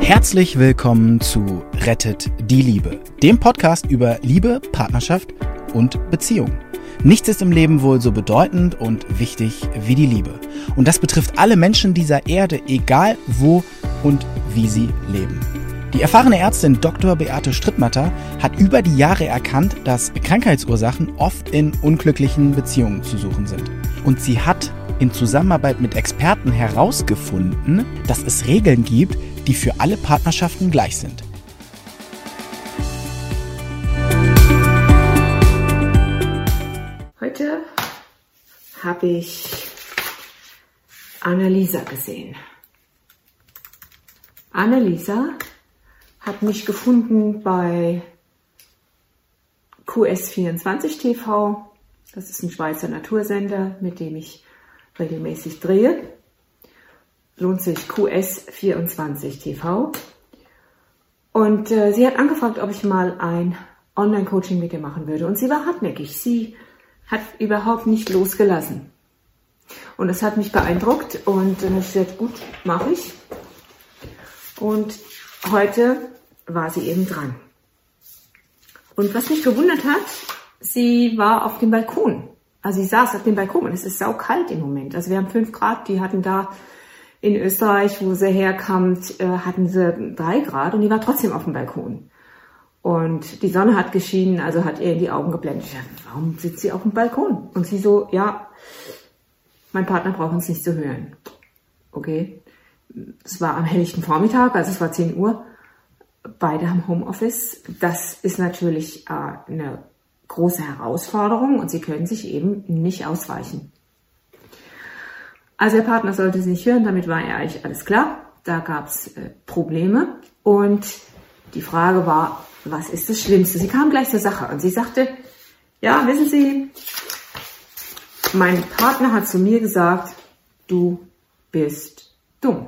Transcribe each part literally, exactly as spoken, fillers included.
Herzlich willkommen zu Rettet die Liebe, dem Podcast über Liebe, Partnerschaft und Beziehung. Nichts ist im Leben wohl so bedeutend und wichtig wie die Liebe. Und das betrifft alle Menschen dieser Erde, egal wo und wie sie leben. Die erfahrene Ärztin Doktor Beate Strittmatter hat über die Jahre erkannt, dass Krankheitsursachen oft in unglücklichen Beziehungen zu suchen sind. Und sie hat in Zusammenarbeit mit Experten herausgefunden, dass es Regeln gibt, die für alle Partnerschaften gleich sind. Heute habe ich Annalisa gesehen. Annalisa hat mich gefunden bei Q S vierundzwanzig T V. Das ist ein Schweizer Natursender, mit dem ich regelmäßig drehe. Lohnt sich, Q S vierundzwanzig T V. Und äh, sie hat angefragt, ob ich mal ein Online-Coaching mit ihr machen würde. Und sie war hartnäckig. Sie hat überhaupt nicht losgelassen. Und das hat mich beeindruckt. Und dann habe ich gesagt, gut, mache ich. Und heute war sie eben dran. Und was mich gewundert hat, sie war auf dem Balkon. Also sie saß auf dem Balkon und es ist saukalt im Moment. Also wir haben fünf Grad, die hatten da in Österreich, wo sie herkommt, hatten sie drei Grad und die war trotzdem auf dem Balkon. Und die Sonne hat geschienen, also hat ihr in die Augen geblendet. Ich dachte, warum sitzt sie auf dem Balkon? Und sie so, ja, mein Partner braucht uns nicht zu hören. Okay, es war am helllichten Vormittag, also es war zehn Uhr. Beide haben Homeoffice. Das ist natürlich äh, eine große Herausforderung und sie können sich eben nicht ausweichen. Also der Partner sollte sie nicht hören, damit war ja eigentlich alles klar. Da gab es äh, Probleme und die Frage war, was ist das Schlimmste? Sie kam gleich zur Sache und sie sagte, ja, wissen Sie, mein Partner hat zu mir gesagt, du bist dumm.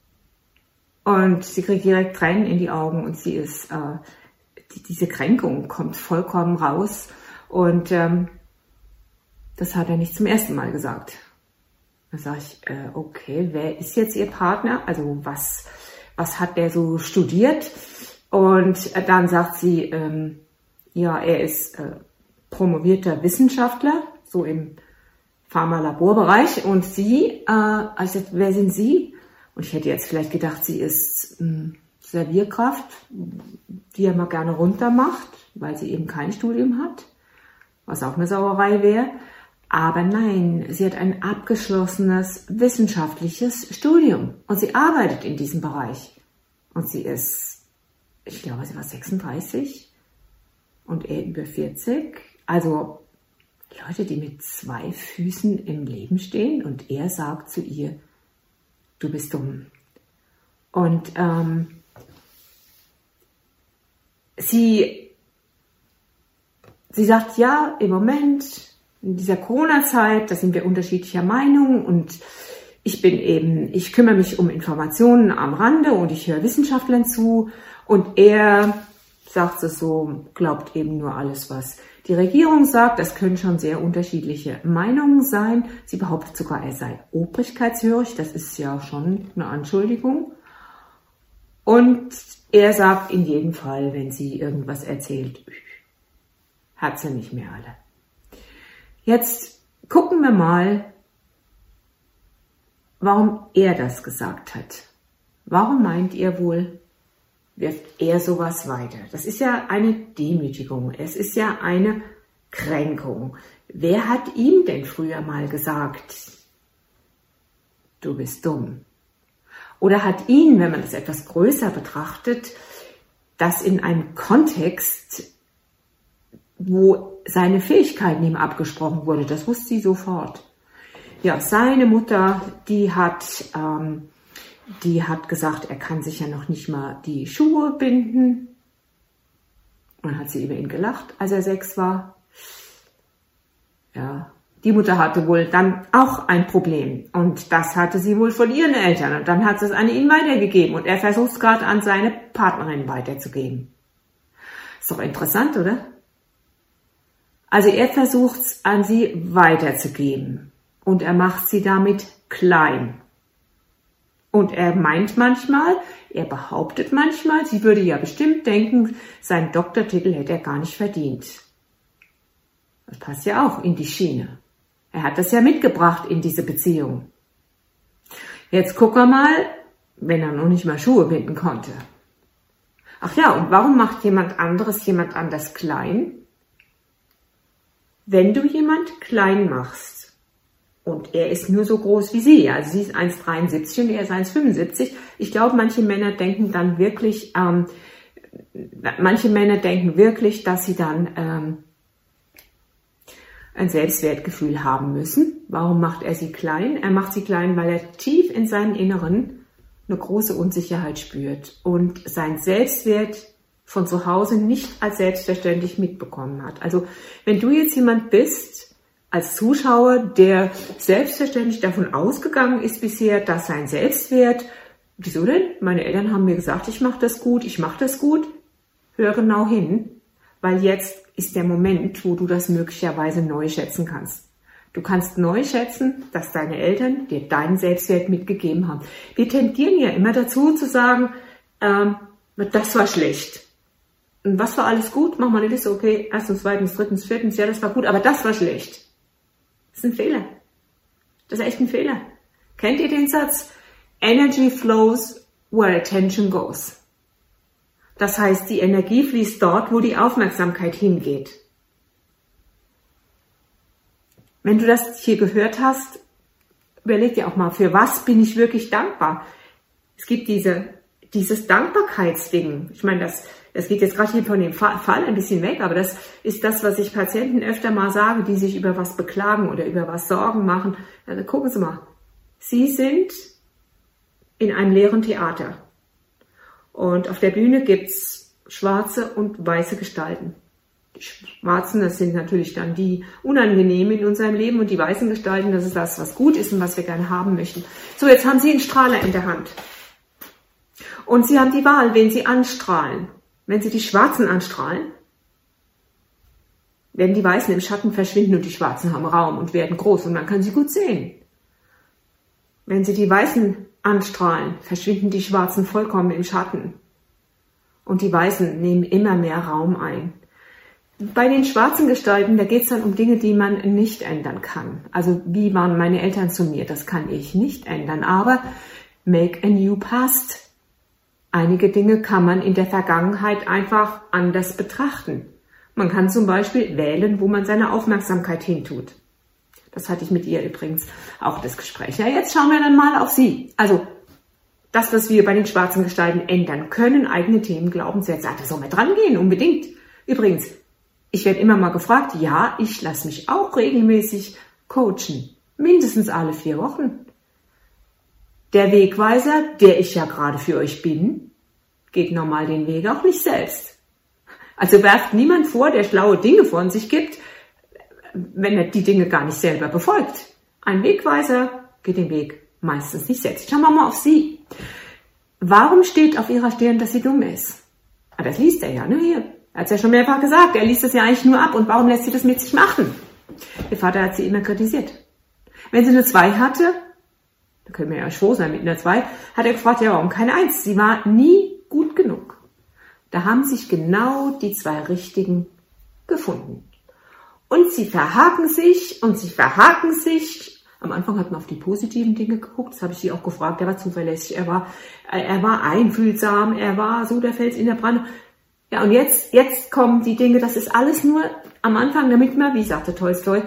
Und sie kriegt direkt Tränen in die Augen und sie ist, äh, die, diese Kränkung kommt vollkommen raus. Und ähm, das hat er nicht zum ersten Mal gesagt. Dann sage ich, äh, okay, wer ist jetzt Ihr Partner? Also was, was hat der so studiert? Und äh, dann sagt sie, ähm, ja, er ist äh, promovierter Wissenschaftler, so im Pharma-Laborbereich. Und sie, äh, also wer sind Sie? Und ich hätte jetzt vielleicht gedacht, sie ist ähm, Servierkraft, die er mal gerne runter macht, weil sie eben kein Studium hat, was auch eine Sauerei wäre. Aber nein, sie hat ein abgeschlossenes wissenschaftliches Studium und sie arbeitet in diesem Bereich. Und sie ist, ich glaube, sie war sechsunddreißig und er über vierzig. Also Leute, die mit zwei Füßen im Leben stehen und er sagt zu ihr, du bist dumm. Und ähm, sie, sie sagt, ja, im Moment, in dieser Corona-Zeit, da sind wir unterschiedlicher Meinung und ich bin eben, ich kümmere mich um Informationen am Rande und ich höre Wissenschaftlern zu und er, sagt es so, glaubt eben nur alles, was die Regierung sagt. Das können schon sehr unterschiedliche Meinungen sein. Sie behauptet sogar, er sei obrigkeitshörig. Das ist ja schon eine Anschuldigung. Und er sagt in jedem Fall, wenn sie irgendwas erzählt, hat sie nicht mehr alle. Jetzt gucken wir mal, warum er das gesagt hat. Warum meint ihr wohl, wirft er sowas weiter? Das ist ja eine Demütigung. Es ist ja eine Kränkung. Wer hat ihm denn früher mal gesagt, du bist dumm? Oder hat ihn, wenn man das etwas größer betrachtet, das in einem Kontext, wo seine Fähigkeiten ihm abgesprochen wurde, das wusste sie sofort. Ja, seine Mutter, die hat, ähm, die hat gesagt, er kann sich ja noch nicht mal die Schuhe binden. Und dann hat sie über ihn gelacht, als er sechs war. Ja, die Mutter hatte wohl dann auch ein Problem. Und das hatte sie wohl von ihren Eltern. Und dann hat sie es an ihn weitergegeben. Und er versucht es gerade an seine Partnerin weiterzugeben. Ist doch interessant, oder? Also er versucht es an sie weiterzugeben. Und er macht sie damit klein. Und er meint manchmal, er behauptet manchmal, sie würde ja bestimmt denken, seinen Doktortitel hätte er gar nicht verdient. Das passt ja auch in die Schiene. Er hat das ja mitgebracht in diese Beziehung. Jetzt gucken wir mal, wenn er noch nicht mal Schuhe binden konnte. Ach ja, und warum macht jemand anderes jemand anders klein? Wenn du jemand klein machst und er ist nur so groß wie sie, also sie ist eins Komma dreiundsiebzig und er ist eins Komma fünfundsiebzig, ich glaube, manche Männer denken dann wirklich, ähm, manche Männer denken wirklich, dass sie dann ähm, ein Selbstwertgefühl haben müssen. Warum macht er sie klein? Er macht sie klein, weil er tief in seinem Inneren eine große Unsicherheit spürt und sein Selbstwert von zu Hause nicht als selbstverständlich mitbekommen hat. Also wenn du jetzt jemand bist, als Zuschauer, der selbstverständlich davon ausgegangen ist bisher, dass sein Selbstwert, wieso denn? Meine Eltern haben mir gesagt, ich mache das gut, ich mache das gut. Hör genau hin, weil jetzt ist der Moment, wo du das möglicherweise neu schätzen kannst. Du kannst neu schätzen, dass deine Eltern dir deinen Selbstwert mitgegeben haben. Wir tendieren ja immer dazu zu sagen, ähm, das war schlecht. Und was war alles gut? Mach mal eine Liste, okay, erstens, zweitens, drittens, viertens, ja, das war gut, aber das war schlecht. Das ist ein Fehler. Das ist echt ein Fehler. Kennt ihr den Satz? Energy flows where attention goes. Das heißt, die Energie fließt dort, wo die Aufmerksamkeit hingeht. Wenn du das hier gehört hast, überleg dir auch mal, für was bin ich wirklich dankbar? Es gibt diese, dieses Dankbarkeitsding. Ich meine, das, das geht jetzt gerade hier von dem Fall ein bisschen weg, aber das ist das, was ich Patienten öfter mal sage, die sich über was beklagen oder über was Sorgen machen. Also gucken Sie mal, Sie sind in einem leeren Theater und auf der Bühne gibt's schwarze und weiße Gestalten. Die Schwarzen, das sind natürlich dann die unangenehmen in unserem Leben und die weißen Gestalten, das ist das, was gut ist und was wir gerne haben möchten. So, jetzt haben Sie einen Strahler in der Hand. Und Sie haben die Wahl, wen Sie anstrahlen. Wenn Sie die Schwarzen anstrahlen, werden die Weißen im Schatten verschwinden und die Schwarzen haben Raum und werden groß und man kann sie gut sehen. Wenn Sie die Weißen anstrahlen, verschwinden die Schwarzen vollkommen im Schatten und die Weißen nehmen immer mehr Raum ein. Bei den schwarzen Gestalten, da geht es dann um Dinge, die man nicht ändern kann. Also wie waren meine Eltern zu mir? Das kann ich nicht ändern. Aber make a new past. Einige Dinge kann man in der Vergangenheit einfach anders betrachten. Man kann zum Beispiel wählen, wo man seine Aufmerksamkeit hintut. Das hatte ich mit ihr übrigens auch das Gespräch. Ja, jetzt schauen wir dann mal auf Sie. Also das, was wir bei den schwarzen Gestalten ändern können, eigene Themen, Glaubenssätze, da soll man dran gehen, unbedingt. Übrigens, ich werde immer mal gefragt, ja, ich lasse mich auch regelmäßig coachen. Mindestens alle vier Wochen. Der Wegweiser, der ich ja gerade für euch bin, geht normal den Weg auch nicht selbst. Also werft niemand vor, der schlaue Dinge von sich gibt, wenn er die Dinge gar nicht selber befolgt. Ein Wegweiser geht den Weg meistens nicht selbst. Schauen wir mal auf Sie. Warum steht auf Ihrer Stirn, dass sie dumm ist? Ah, das liest er ja, ne? Hier. Er hat es ja schon mehrfach gesagt, er liest es ja eigentlich nur ab. Und warum lässt sie das mit sich machen? Ihr Vater hat sie immer kritisiert. Wenn sie eine zwei hatte, da können wir ja froh sein mit einer zwei, hat er gefragt, ja, warum keine eins? Sie war nie gut genug. Da haben sich genau die zwei Richtigen gefunden. Und sie verhaken sich und sie verhaken sich. Am Anfang hat man auf die positiven Dinge geguckt, das habe ich sie auch gefragt. Er war zuverlässig, er war, er war einfühlsam, er war so der Fels in der Brandung. Ja, und jetzt, jetzt kommen die Dinge, das ist alles nur am Anfang, damit man, wie sagte Tolstoi,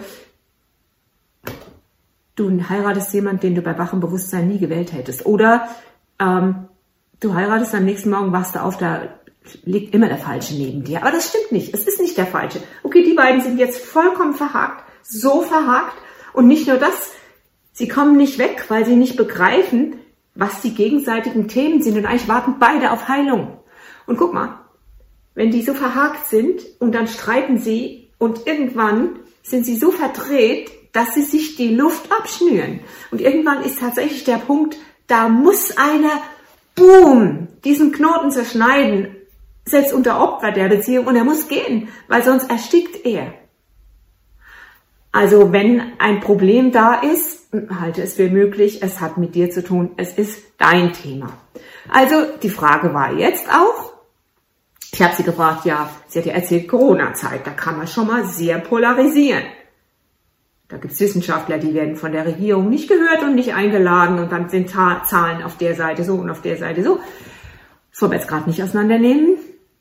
du heiratest jemanden, den du bei wachem Bewusstsein nie gewählt hättest. Oder ähm, du heiratest, am nächsten Morgen wachst du auf, da liegt immer der Falsche neben dir. Aber das stimmt nicht, es ist nicht der Falsche. Okay, die beiden sind jetzt vollkommen verhakt, so verhakt. Und nicht nur das, sie kommen nicht weg, weil sie nicht begreifen, was die gegenseitigen Themen sind. Und eigentlich warten beide auf Heilung. Und guck mal, wenn die so verhakt sind und dann streiten sie und irgendwann sind sie so verdreht, dass sie sich die Luft abschnüren. Und irgendwann ist tatsächlich der Punkt, da muss einer, boom, diesen Knoten zerschneiden, selbst unter Opfer der Beziehung, und er muss gehen, weil sonst erstickt er. Also wenn ein Problem da ist, halte es für möglich, es hat mit dir zu tun, es ist dein Thema. Also die Frage war jetzt auch, ich habe sie gefragt, ja, sie hat ja erzählt, Corona-Zeit, da kann man schon mal sehr polarisieren. Da gibt es Wissenschaftler, die werden von der Regierung nicht gehört und nicht eingeladen und dann sind Ta- Zahlen auf der Seite so und auf der Seite so. Das wollen wir jetzt gerade nicht auseinandernehmen.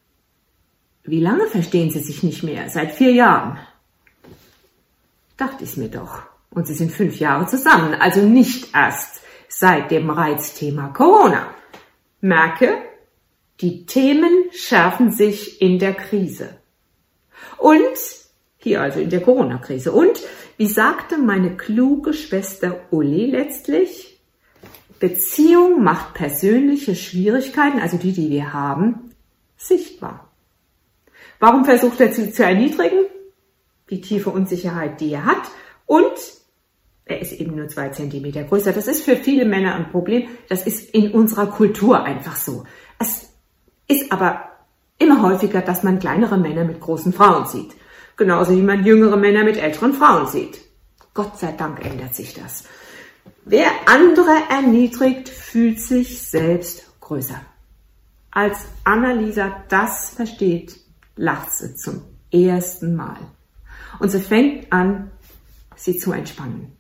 Wie lange verstehen sie sich nicht mehr? Seit vier Jahren. Dachte ich mir doch. Und sie sind fünf Jahre zusammen, also nicht erst seit dem Reizthema Corona. Merke, die Themen schärfen sich in der Krise. Und, hier also in der Corona-Krise. Und, wie sagte meine kluge Schwester Uli letztlich, Beziehung macht persönliche Schwierigkeiten, also die, die wir haben, sichtbar. Warum versucht er sie zu erniedrigen? Die tiefe Unsicherheit, die er hat. Und er ist eben nur zwei Zentimeter größer. Das ist für viele Männer ein Problem. Das ist in unserer Kultur einfach so. Es ist aber immer häufiger, dass man kleinere Männer mit großen Frauen sieht. Genauso wie man jüngere Männer mit älteren Frauen sieht. Gott sei Dank ändert sich das. Wer andere erniedrigt, fühlt sich selbst größer. Als Annalisa das versteht, lacht sie zum ersten Mal. Und sie fängt an, sie zu entspannen.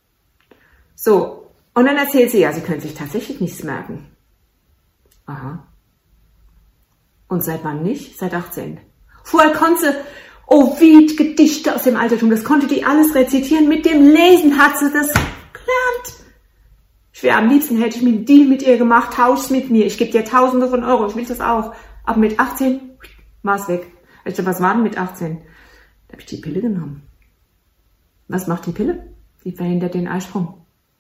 So, und dann erzählt sie, ja, sie können sich tatsächlich nichts merken. Aha. Und seit wann nicht? Seit achtzehn. Vorher konnte sie Ovid, Gedichte aus dem Altertum, das konnte die alles rezitieren. Mit dem Lesen hat sie das gelernt. Ich wäre am liebsten, hätte ich mir einen Deal mit ihr gemacht, tausch's mit mir, ich gebe dir Tausende von Euro, ich will das auch. Aber mit achtzehn war es weg. Weißt du, was war denn mit achtzehn? Da habe ich die Pille genommen. Was macht die Pille? Die verhindert den Eisprung.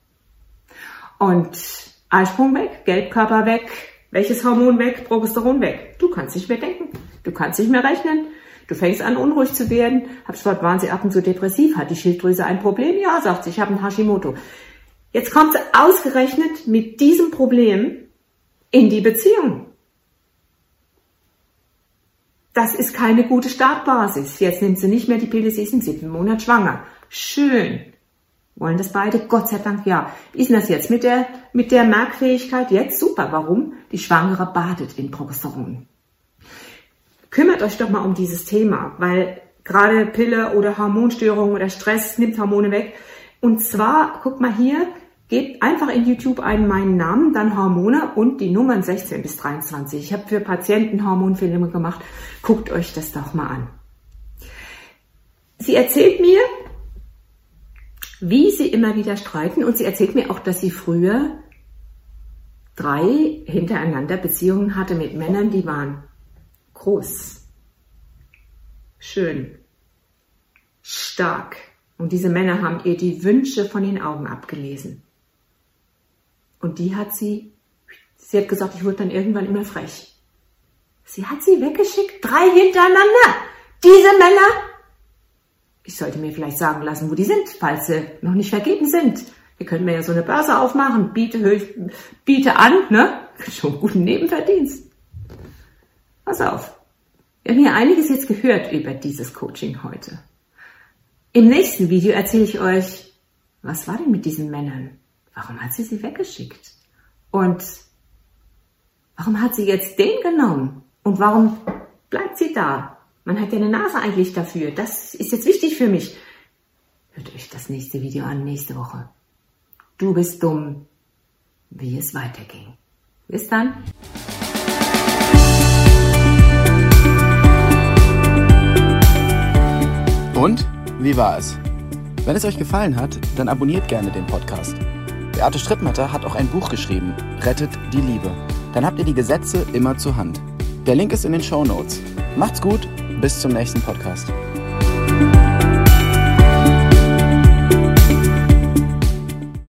Und Eisprung weg, Gelbkörper weg, welches Hormon weg, Progesteron weg. Du kannst nicht mehr denken, du kannst nicht mehr rechnen. Du fängst an, unruhig zu werden. Hab gefragt, waren Sie ab und zu depressiv? Hat die Schilddrüse ein Problem? Ja, sagt sie, ich habe ein Hashimoto. Jetzt kommt sie ausgerechnet mit diesem Problem in die Beziehung. Das ist keine gute Startbasis. Jetzt nimmt sie nicht mehr die Pille, sie ist im siebten Monat schwanger. Schön. Wollen das beide? Gott sei Dank, ja. Wie ist denn das jetzt mit der, mit der Merkfähigkeit? Jetzt super. Warum? Die Schwangere badet in Progesteron. Kümmert euch doch mal um dieses Thema, weil gerade Pille oder Hormonstörungen oder Stress nimmt Hormone weg. Und zwar, guck mal hier, gebt einfach in YouTube ein meinen Namen, dann Hormone und die Nummern sechzehn bis dreiundzwanzig. Ich habe für Patienten Hormonfilme gemacht. Guckt euch das doch mal an. Sie erzählt mir, wie sie immer wieder streiten und sie erzählt mir auch, dass sie früher drei hintereinander Beziehungen hatte mit Männern, die waren groß, schön, stark. Und diese Männer haben ihr die Wünsche von den Augen abgelesen. Und die hat sie, sie hat gesagt, ich wurde dann irgendwann immer frech. Sie hat sie weggeschickt, drei hintereinander. Diese Männer, ich sollte mir vielleicht sagen lassen, wo die sind, falls sie noch nicht vergeben sind. Wir können mir ja so eine Börse aufmachen, biete, biete an, ne? Schon guten Nebenverdienst. Pass auf, wir haben hier einiges jetzt gehört über dieses Coaching heute. Im nächsten Video erzähle ich euch, was war denn mit diesen Männern? Warum hat sie sie weggeschickt? Und warum hat sie jetzt den genommen? Und warum bleibt sie da? Man hat ja eine Nase eigentlich dafür. Das ist jetzt wichtig für mich. Hört euch das nächste Video an, nächste Woche. Du bist dumm, wie es weiterging. Bis dann. Und? Wie war es? Wenn es euch gefallen hat, dann abonniert gerne den Podcast. Beate Strittmatter hat auch ein Buch geschrieben, Rettet die Liebe. Dann habt ihr die Gesetze immer zur Hand. Der Link ist in den Shownotes. Macht's gut, bis zum nächsten Podcast.